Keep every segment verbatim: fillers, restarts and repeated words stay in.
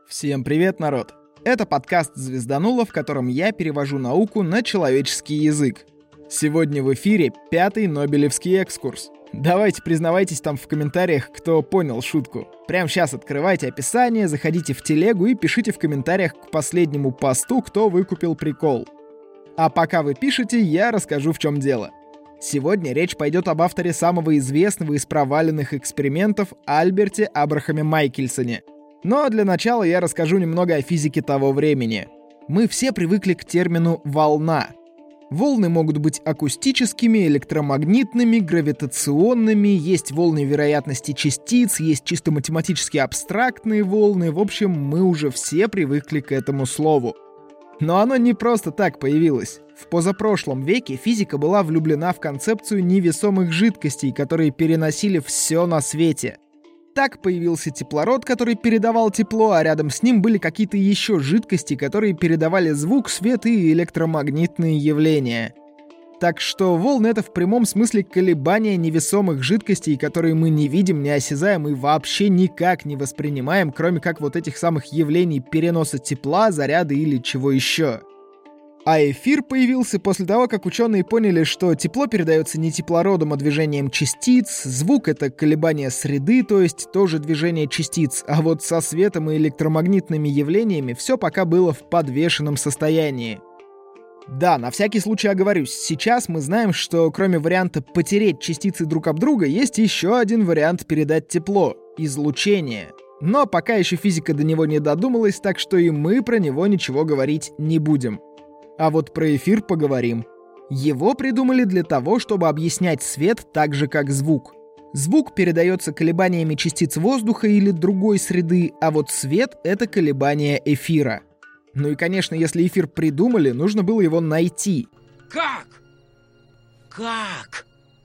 Всем привет, народ! Это подкаст «Звездануло», в котором я перевожу науку на человеческий язык. Сегодня в эфире пятый Нобелевский экскурс. Давайте признавайтесь там в комментариях, кто понял шутку. Прямо сейчас открывайте описание, заходите в телегу и пишите в комментариях к последнему посту, кто выкупил прикол. А пока вы пишете, я расскажу, в чем дело. Сегодня речь пойдет об авторе самого известного из проваленных экспериментов Альберте Абрахаме Майкельсоне. Но для начала я расскажу немного о физике того времени. Мы все привыкли к термину «волна». Волны могут быть акустическими, электромагнитными, гравитационными, есть волны вероятности частиц, есть чисто математически абстрактные волны. В общем, мы уже все привыкли к этому слову. Но оно не просто так появилось. В позапрошлом веке физика была влюблена в концепцию невесомых жидкостей, которые переносили все на свете. Так появился теплород, который передавал тепло, а рядом с ним были какие-то еще жидкости, которые передавали звук, свет и электромагнитные явления. Так что волны — это в прямом смысле колебания невесомых жидкостей, которые мы не видим, не осязаем и вообще никак не воспринимаем, кроме как вот этих самых явлений переноса тепла, заряда или чего еще. А эфир появился после того, как ученые поняли, что тепло передается не теплородом, а движением частиц, звук — это колебание среды, то есть тоже движение частиц, а вот со светом и электромагнитными явлениями все пока было в подвешенном состоянии. Да, на всякий случай оговорюсь, сейчас мы знаем, что кроме варианта потереть частицы друг об друга, есть еще один вариант передать тепло — излучение. Но пока еще физика до него не додумалась, так что и мы про него ничего говорить не будем. А вот про эфир поговорим. Его придумали для того, чтобы объяснять свет так же, как звук. Звук передается колебаниями частиц воздуха или другой среды, а вот свет — это колебания эфира. Ну и, конечно, если эфир придумали, нужно было его найти. Как? Как?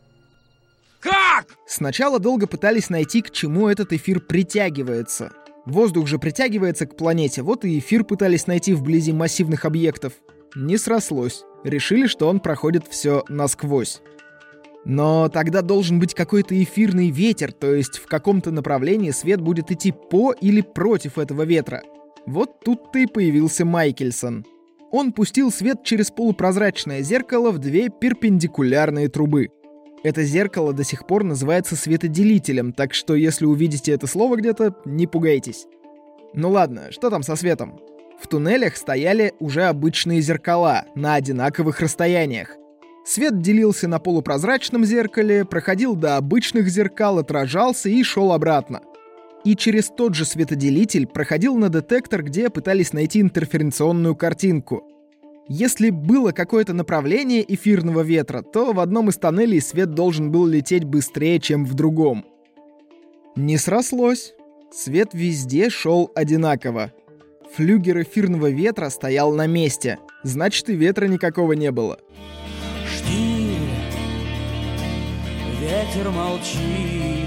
Как? Сначала долго пытались найти, к чему этот эфир притягивается. Воздух же притягивается к планете, вот и эфир пытались найти вблизи массивных объектов. Не срослось. Решили, что он проходит все насквозь. Но тогда должен быть какой-то эфирный ветер, то есть в каком-то направлении свет будет идти по или против этого ветра. Вот тут-то и появился Майкельсон. Он пустил свет через полупрозрачное зеркало в две перпендикулярные трубы. Это зеркало до сих пор называется светоделителем, так что если увидите это слово где-то, не пугайтесь. Ну ладно, что там со светом? В туннелях стояли уже обычные зеркала на одинаковых расстояниях. Свет делился на полупрозрачном зеркале, проходил до обычных зеркал, отражался и шел обратно. И через тот же светоделитель проходил на детектор, где пытались найти интерференционную картинку. Если было какое-то направление эфирного ветра, то в одном из тоннелей свет должен был лететь быстрее, чем в другом. Не срослось. Свет везде шел одинаково. Флюгер эфирного ветра стоял на месте. Значит, и ветра никакого не было. Штиль, ветер молчит.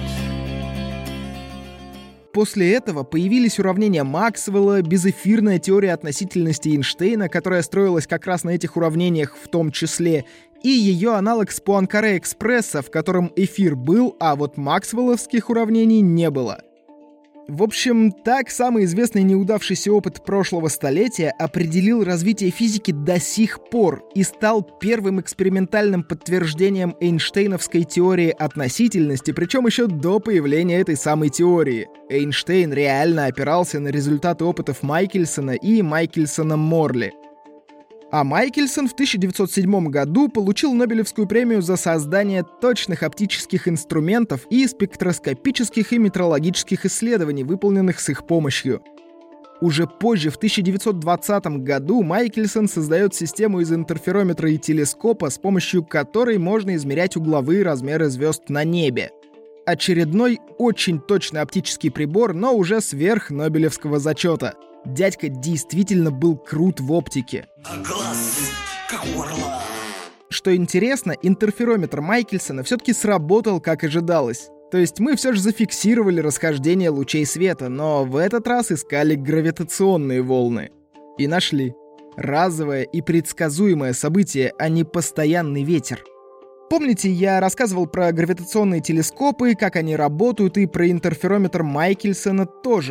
После этого появились уравнения Максвелла, безэфирная теория относительности Эйнштейна, которая строилась как раз на этих уравнениях в том числе, и ее аналог с Пуанкаре-экспресса, в котором эфир был, а вот максвелловских уравнений не было. В общем, так самый известный неудавшийся опыт прошлого столетия определил развитие физики до сих пор и стал первым экспериментальным подтверждением Эйнштейновской теории относительности, причем еще до появления этой самой теории. Эйнштейн реально опирался на результаты опытов Майкельсона и Майкельсона-Морли. А Майкельсон в тысяча девятьсот седьмом году получил Нобелевскую премию за создание точных оптических инструментов и спектроскопических и метрологических исследований, выполненных с их помощью. Уже позже, в тысяча девятьсот двадцатом году, Майкельсон создает систему из интерферометра и телескопа, с помощью которой можно измерять угловые размеры звезд на небе. Очередной очень точный оптический прибор, но уже сверх Нобелевского зачета. Дядька действительно был крут в оптике. А глаз, как у орла. Что интересно, интерферометр Майкельсона все-таки сработал, как ожидалось. То есть мы все же зафиксировали расхождение лучей света, но в этот раз искали гравитационные волны. И нашли. Разовое и предсказуемое событие, а не постоянный ветер. Помните, я рассказывал про гравитационные телескопы, как они работают, и про интерферометр Майкельсона тоже.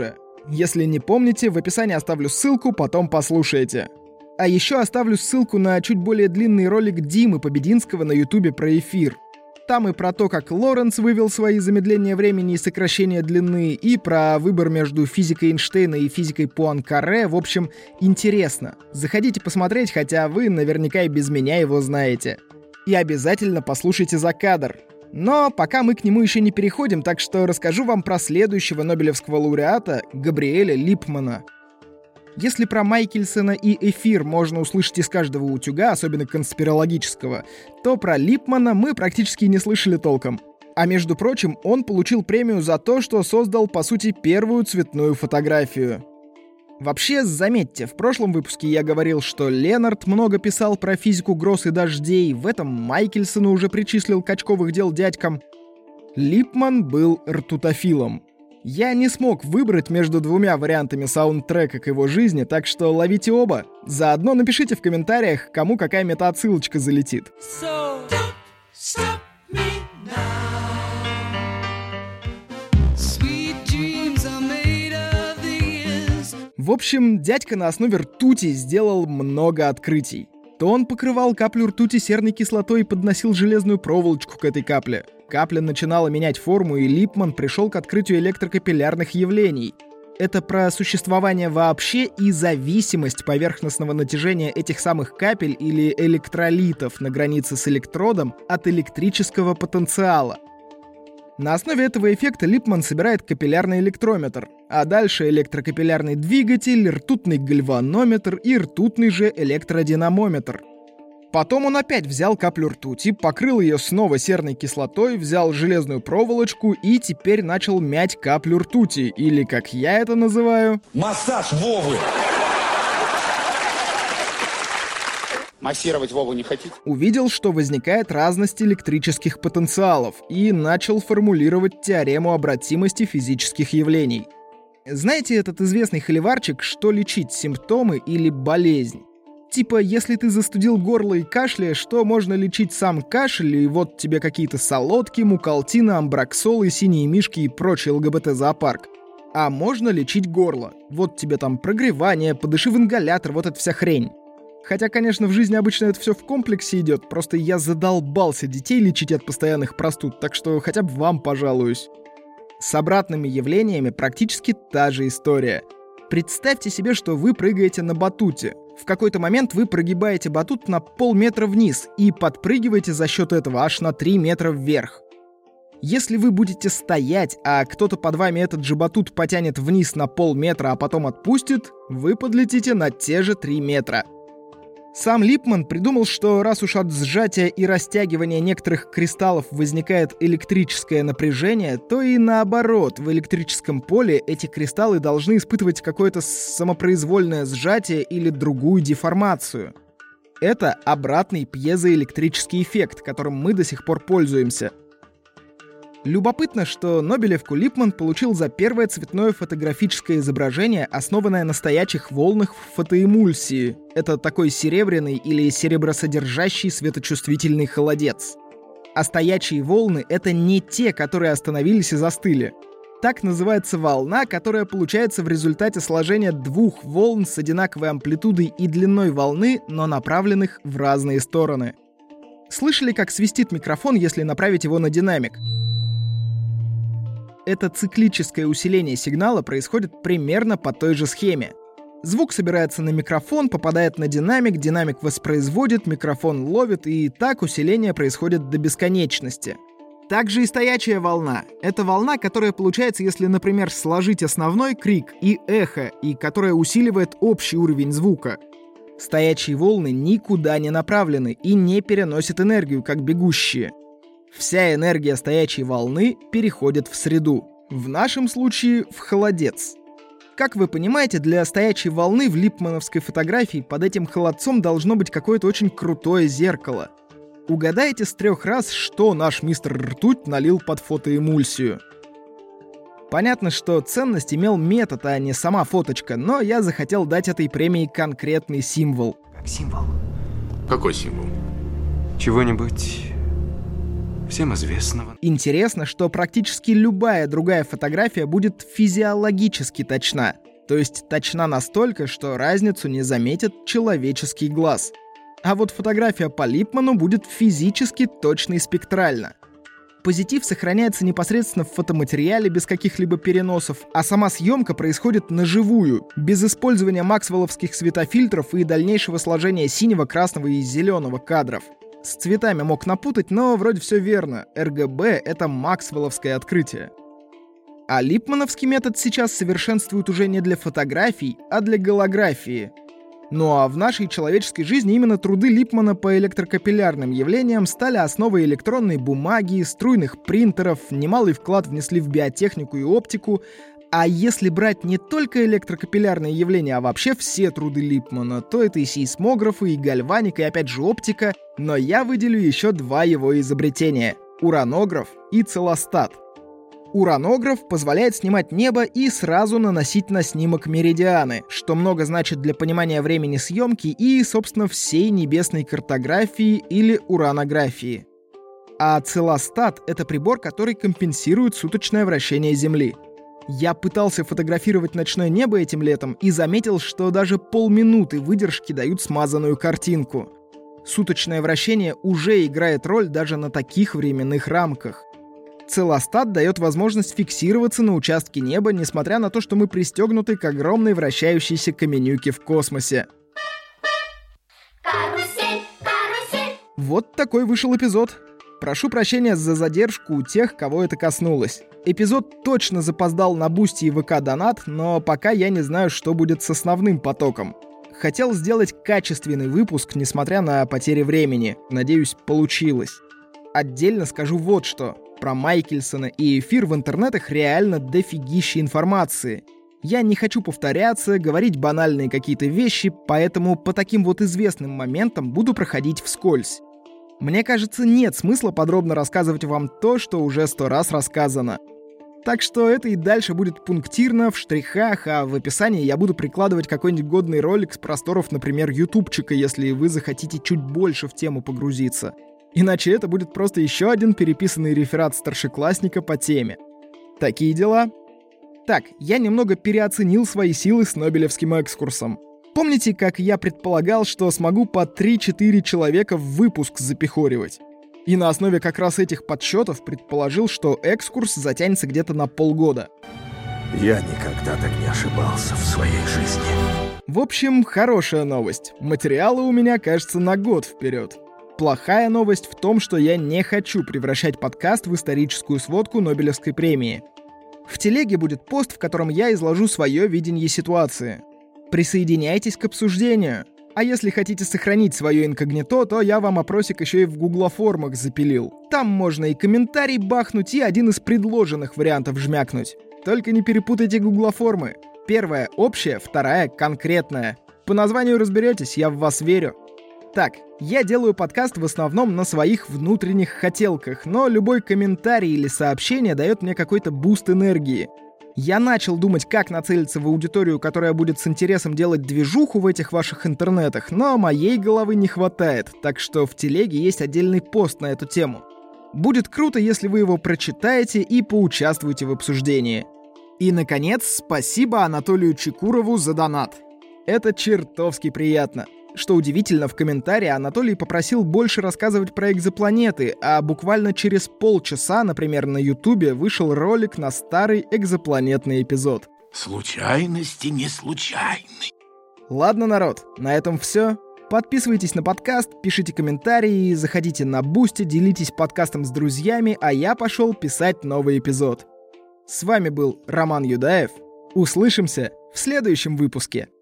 Если не помните, в описании оставлю ссылку, потом послушайте. А еще оставлю ссылку на чуть более длинный ролик Димы Побединского на ютубе про эфир. Там и про то, как Лоренц вывел свои замедления времени и сокращение длины, и про выбор между физикой Эйнштейна и физикой Пуанкаре. В общем, интересно. Заходите посмотреть, хотя вы наверняка и без меня его знаете. И обязательно послушайте за кадр. Но пока мы к нему еще не переходим, так что расскажу вам про следующего нобелевского лауреата Габриэля Липмана. Если про Майкельсона и эфир можно услышать из каждого утюга, особенно конспирологического, то про Липмана мы практически не слышали толком. А между прочим, он получил премию за то, что создал, по сути, первую цветную фотографию. Вообще, заметьте, в прошлом выпуске я говорил, что Ленард много писал про физику гроз и дождей, в этом Майкельсона уже причислил к очковых дел дядькам. Липман был ртутофилом. Я не смог выбрать между двумя вариантами саундтрека к его жизни, так что ловите оба. Заодно напишите в комментариях, кому какая мета-отсылочка залетит. So don't stop me now. Sweet dreams are made of these. В общем, дядька на основе ртути сделал много открытий. То он покрывал каплю ртути серной кислотой и подносил железную проволочку к этой капле. Капля начинала менять форму, и Липман пришел к открытию электрокапиллярных явлений. Это про существование вообще и зависимость поверхностного натяжения этих самых капель или электролитов на границе с электродом от электрического потенциала. На основе этого эффекта Липман собирает капиллярный электрометр, а дальше электрокапиллярный двигатель, ртутный гальванометр и ртутный же электродинамометр. Потом он опять взял каплю ртути, покрыл ее снова серной кислотой, взял железную проволочку и теперь начал мять каплю ртути, или, как я это называю... Массаж Вовы! Массировать Вову не хотите? Увидел, что возникает разность электрических потенциалов, и начал формулировать теорему обратимости физических явлений. Знаете этот известный холиварчик, что лечить, симптомы или болезнь? Типа, если ты застудил горло и кашляешь, что можно лечить сам кашель, и вот тебе какие-то солодки, мукалтина, амбраксолы, синие мишки и прочий ЛГБТ-зоопарк. А можно лечить горло. Вот тебе там прогревание, подыши в ингалятор, вот эта вся хрень. Хотя, конечно, в жизни обычно это все в комплексе идет, просто я задолбался детей лечить от постоянных простуд, так что хотя бы вам пожалуюсь. С обратными явлениями практически та же история. Представьте себе, что вы прыгаете на батуте. В какой-то момент вы прогибаете батут на полметра вниз и подпрыгиваете за счет этого аж на три метра вверх. Если вы будете стоять, а кто-то под вами этот же батут потянет вниз на полметра, а потом отпустит, вы подлетите на те же три метра. Сам Липман придумал, что раз уж от сжатия и растягивания некоторых кристаллов возникает электрическое напряжение, то и наоборот, в электрическом поле эти кристаллы должны испытывать какое-то самопроизвольное сжатие или другую деформацию. Это обратный пьезоэлектрический эффект, которым мы до сих пор пользуемся. Любопытно, что Нобелевку Липман получил за первое цветное фотографическое изображение, основанное на стоячих волнах в фотоэмульсии. Это такой серебряный или серебросодержащий светочувствительный холодец. А стоячие волны — это не те, которые остановились и застыли. Так называется волна, которая получается в результате сложения двух волн с одинаковой амплитудой и длиной волны, но направленных в разные стороны. Слышали, как свистит микрофон, если направить его на динамик? Это циклическое усиление сигнала происходит примерно по той же схеме. Звук собирается на микрофон, попадает на динамик, динамик воспроизводит, микрофон ловит, и так усиление происходит до бесконечности. Также и стоячая волна. Это волна, которая получается, если, например, сложить основной крик и эхо, и которая усиливает общий уровень звука. Стоячие волны никуда не направлены и не переносят энергию, как бегущие. Вся энергия стоячей волны переходит в среду. В нашем случае в холодец. Как вы понимаете, для стоячей волны в липмановской фотографии под этим холодцом должно быть какое-то очень крутое зеркало. Угадайте с трех раз, что наш мистер Ртуть налил под фотоэмульсию. Понятно, что ценность имел метод, а не сама фоточка, но я захотел дать этой премии конкретный символ. Как символ? Какой символ? Чего-нибудь всем известного. Интересно, что практически любая другая фотография будет физиологически точна. То есть точна настолько, что разницу не заметит человеческий глаз. А вот фотография по Липману будет физически точной спектрально. Позитив сохраняется непосредственно в фотоматериале без каких-либо переносов, а сама съемка происходит наживую, без использования максвелловских светофильтров и дальнейшего сложения синего, красного и зеленого кадров. С цветами мог напутать, но вроде все верно. эр гэ бэ — это максвелловское открытие. А липмановский метод сейчас совершенствуют уже не для фотографий, а для голографии. Ну а в нашей человеческой жизни именно труды Липмана по электрокапиллярным явлениям стали основой электронной бумаги, струйных принтеров, немалый вклад внесли в биотехнику и оптику. А если брать не только электрокапиллярные явления, а вообще все труды Липмана, то это и сейсмографы, и гальваника, и опять же оптика, но я выделю еще два его изобретения — уранограф и целостат. Уранограф позволяет снимать небо и сразу наносить на снимок меридианы, что много значит для понимания времени съемки и, собственно, всей небесной картографии или уранографии. А целостат — это прибор, который компенсирует суточное вращение Земли. Я пытался фотографировать ночное небо этим летом и заметил, что даже полминуты выдержки дают смазанную картинку. Суточное вращение уже играет роль даже на таких временных рамках. Целостат дает возможность фиксироваться на участке неба, несмотря на то, что мы пристегнуты к огромной вращающейся каменюке в космосе. Карусель, карусель. Вот такой вышел эпизод. Прошу прощения за задержку у тех, кого это коснулось. Эпизод точно запоздал на Бусти и вэ ка Донат, но пока я не знаю, что будет с основным потоком. Хотел сделать качественный выпуск, несмотря на потери времени. Надеюсь, получилось. Отдельно скажу вот что. Про Майкельсона и эфир в интернетах реально дофигища информации. Я не хочу повторяться, говорить банальные какие-то вещи, поэтому по таким вот известным моментам буду проходить вскользь. Мне кажется, нет смысла подробно рассказывать вам то, что уже сто раз рассказано. Так что это и дальше будет пунктирно, в штрихах, а в описании я буду прикладывать какой-нибудь годный ролик с просторов, например, ютубчика, если вы захотите чуть больше в тему погрузиться. Иначе это будет просто еще один переписанный реферат старшеклассника по теме. Такие дела. Так, я немного переоценил свои силы с Нобелевским экскурсом. Помните, как я предполагал, что смогу по три-четыре человека в выпуск запихоривать? И на основе как раз этих подсчетов предположил, что экскурс затянется где-то на полгода. Я никогда так не ошибался в своей жизни. В общем, хорошая новость. Материалы у меня, кажется, на год вперед. Плохая новость в том, что я не хочу превращать подкаст в историческую сводку Нобелевской премии. В телеге будет пост, в котором я изложу свое видение ситуации. Присоединяйтесь к обсуждению. А если хотите сохранить свое инкогнито, то я вам опросик еще и в гуглоформах запилил. Там можно и комментарий бахнуть, и один из предложенных вариантов жмякнуть. Только не перепутайте гуглоформы. Первая — общая, вторая — конкретная. По названию разберетесь, я в вас верю. Так, я делаю подкаст в основном на своих внутренних хотелках, но любой комментарий или сообщение дает мне какой-то буст энергии. Я начал думать, как нацелиться в аудиторию, которая будет с интересом делать движуху в этих ваших интернетах, но моей головы не хватает, так что в телеге есть отдельный пост на эту тему. Будет круто, если вы его прочитаете и поучаствуете в обсуждении. И, наконец, спасибо Анатолию Чекурову за донат. Это чертовски приятно. Что удивительно, в комментарии Анатолий попросил больше рассказывать про экзопланеты, а буквально через полчаса, например, на Ютубе вышел ролик на старый экзопланетный эпизод. Случайности не случайны. Ладно, народ, на этом все. Подписывайтесь на подкаст, пишите комментарии, заходите на Бусти, делитесь подкастом с друзьями, а я пошел писать новый эпизод. С вами был Роман Юдаев. Услышимся в следующем выпуске.